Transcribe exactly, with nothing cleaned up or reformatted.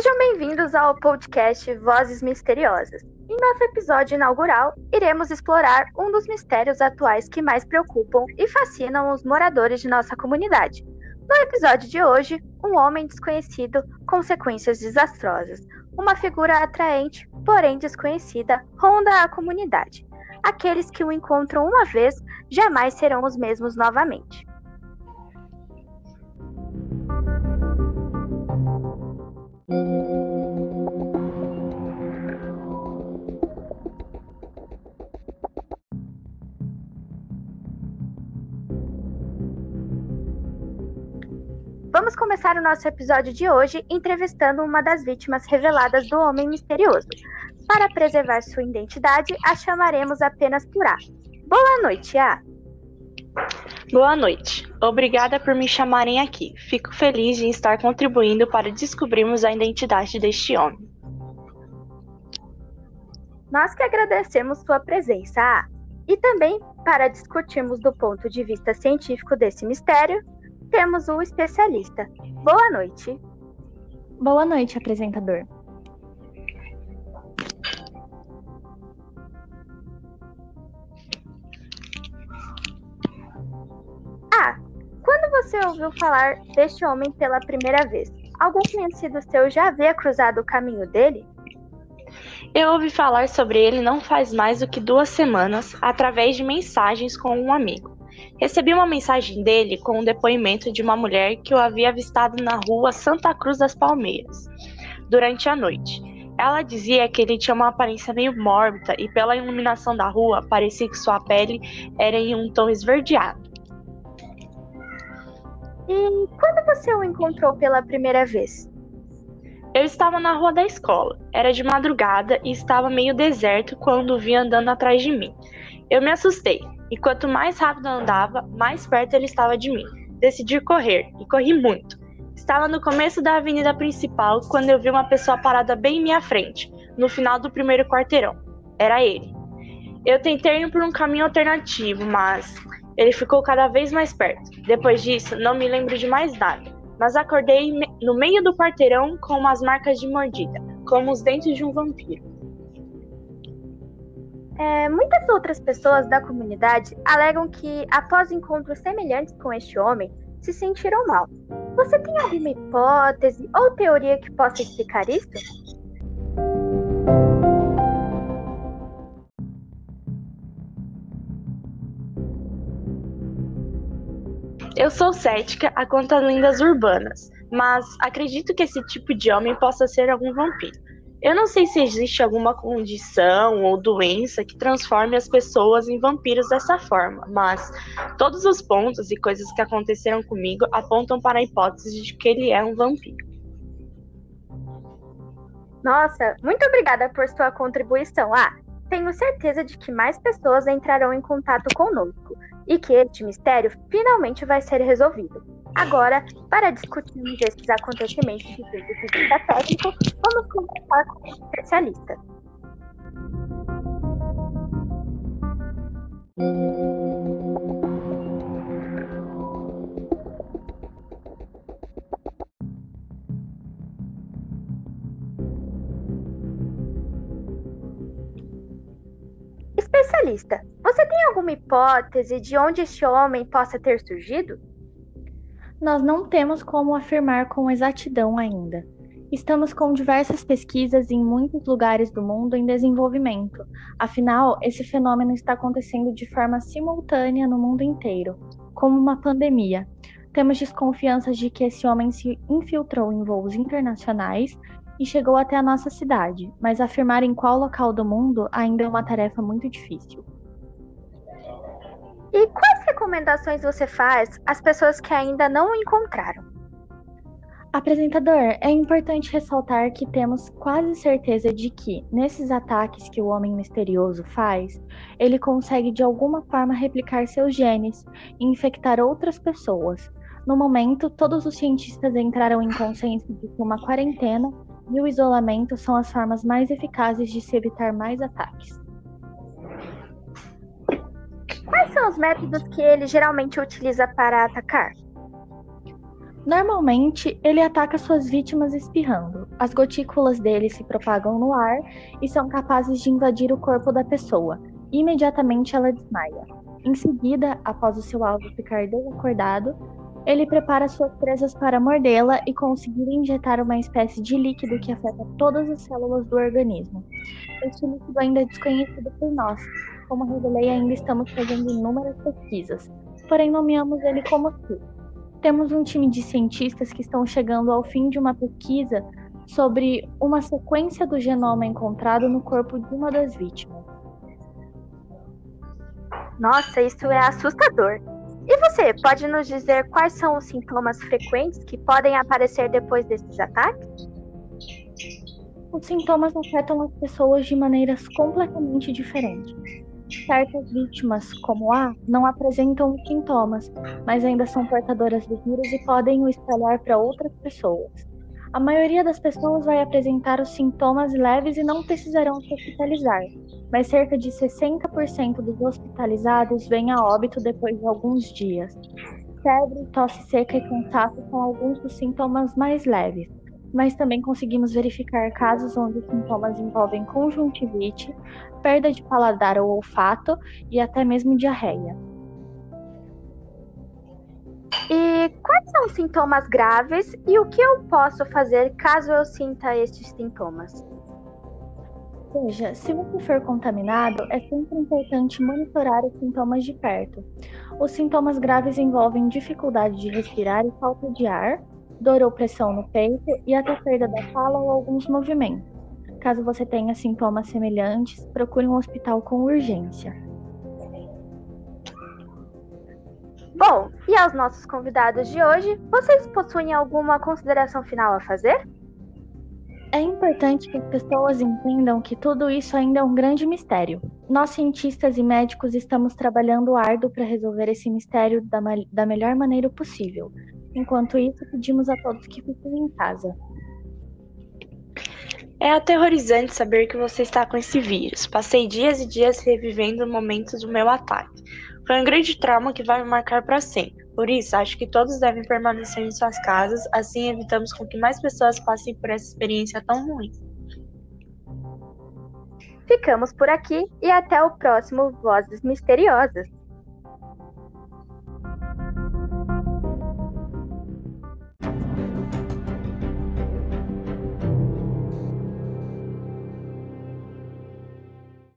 Sejam bem-vindos ao podcast Vozes Misteriosas. Em nosso episódio inaugural, iremos explorar um dos mistérios atuais que mais preocupam e fascinam os moradores de nossa comunidade. No episódio de hoje, um homem desconhecido, consequências desastrosas. Uma figura atraente, porém desconhecida, ronda a comunidade. Aqueles que o encontram uma vez jamais serão os mesmos novamente. Vamos começar o nosso episódio de hoje entrevistando uma das vítimas reveladas do Homem Misterioso. Para preservar sua identidade, a chamaremos apenas por A. Boa noite, A. Boa noite. Obrigada por me chamarem aqui. Fico feliz de estar contribuindo para descobrirmos a identidade deste homem. Nós que agradecemos sua presença, A. E também, para discutirmos do ponto de vista científico desse mistério, temos o especialista. Boa noite. Boa noite, apresentador. Ah, quando você ouviu falar deste homem pela primeira vez, algum conhecido seu já havia cruzado o caminho dele? Eu ouvi falar sobre ele não faz mais do que duas semanas, através de mensagens com um amigo. Recebi uma mensagem dele com um depoimento de uma mulher que o havia avistado na rua Santa Cruz das Palmeiras, durante a noite. Ela dizia que ele tinha uma aparência meio mórbida e pela iluminação da rua parecia que sua pele era em um tom esverdeado. E quando você o encontrou pela primeira vez? Eu estava na rua da escola. Era de madrugada e estava meio deserto quando o vi andando atrás de mim. Eu me assustei, e quanto mais rápido eu andava, mais perto ele estava de mim. Decidi correr, e corri muito. Estava no começo da avenida principal quando eu vi uma pessoa parada bem em minha frente, no final do primeiro quarteirão. Era ele. Eu tentei ir por um caminho alternativo, mas ele ficou cada vez mais perto. Depois disso, não me lembro de mais nada, mas acordei no meio do quarteirão com umas marcas de mordida, como os dentes de um vampiro. É, muitas outras pessoas da comunidade alegam que, após encontros semelhantes com este homem, se sentiram mal. Você tem alguma hipótese ou teoria que possa explicar isso? Eu sou cética quanto a lendas urbanas, mas acredito que esse tipo de homem possa ser algum vampiro. Eu não sei se existe alguma condição ou doença que transforme as pessoas em vampiros dessa forma, mas todos os pontos e coisas que aconteceram comigo apontam para a hipótese de que ele é um vampiro. Nossa, muito obrigada por sua contribuição. Ah, tenho certeza de que mais pessoas entrarão em contato conosco e que este mistério finalmente vai ser resolvido. Agora, para discutirmos esses acontecimentos de ponto de vista técnico, vamos conversar com um especialista. Especialista, você tem alguma hipótese de onde este homem possa ter surgido? Nós não temos como afirmar com exatidão ainda. Estamos com diversas pesquisas em muitos lugares do mundo em desenvolvimento. Afinal, esse fenômeno está acontecendo de forma simultânea no mundo inteiro, como uma pandemia. Temos desconfianças de que esse homem se infiltrou em voos internacionais e chegou até a nossa cidade, mas afirmar em qual local do mundo ainda é uma tarefa muito difícil. E quais recomendações você faz às pessoas que ainda não o encontraram? Apresentador, é importante ressaltar que temos quase certeza de que, nesses ataques que o Homem Misterioso faz, ele consegue de alguma forma replicar seus genes e infectar outras pessoas. No momento, todos os cientistas entraram em consenso de que uma quarentena e o isolamento são as formas mais eficazes de se evitar mais ataques. Quais são os métodos que ele geralmente utiliza para atacar? Normalmente, ele ataca suas vítimas espirrando. As gotículas dele se propagam no ar e são capazes de invadir o corpo da pessoa. Imediatamente ela desmaia. Em seguida, após o seu alvo ficar desacordado, ele prepara suas presas para mordê-la e conseguir injetar uma espécie de líquido que afeta todas as células do organismo. Este líquido ainda é desconhecido por nós. Como revelei, ainda estamos fazendo inúmeras pesquisas, porém nomeamos ele como Q. Temos um time de cientistas que estão chegando ao fim de uma pesquisa sobre uma sequência do genoma encontrado no corpo de uma das vítimas. Nossa, isso é assustador. E você, pode nos dizer quais são os sintomas frequentes que podem aparecer depois desses ataques? Os sintomas afetam as pessoas de maneiras completamente diferentes. Certas vítimas, como A, não apresentam os sintomas, mas ainda são portadoras do vírus e podem o espalhar para outras pessoas. A maioria das pessoas vai apresentar os sintomas leves e não precisarão se hospitalizar, mas cerca de sessenta por cento dos hospitalizados vêm a óbito depois de alguns dias. Febre, tosse seca e cansaço são alguns dos sintomas mais leves, mas também conseguimos verificar casos onde os sintomas envolvem conjuntivite, perda de paladar ou olfato e até mesmo diarreia. E quais são os sintomas graves e o que eu posso fazer caso eu sinta estes sintomas? Veja, se você for contaminado, é sempre importante monitorar os sintomas de perto. Os sintomas graves envolvem dificuldade de respirar e falta de ar, dor ou pressão no peito e até perda da fala ou alguns movimentos. Caso você tenha sintomas semelhantes, procure um hospital com urgência. Bom, e aos nossos convidados de hoje, vocês possuem alguma consideração final a fazer? É importante que as pessoas entendam que tudo isso ainda é um grande mistério. Nós, cientistas e médicos, estamos trabalhando árduo para resolver esse mistério da, da melhor maneira possível. Enquanto isso, pedimos a todos que fiquem em casa. É aterrorizante saber que você está com esse vírus. Passei dias e dias revivendo momentos do meu ataque. Foi um grande trauma que vai me marcar para sempre. Por isso, acho que todos devem permanecer em suas casas, assim evitamos com que mais pessoas passem por essa experiência tão ruim. Ficamos por aqui e até o próximo Vozes Misteriosas.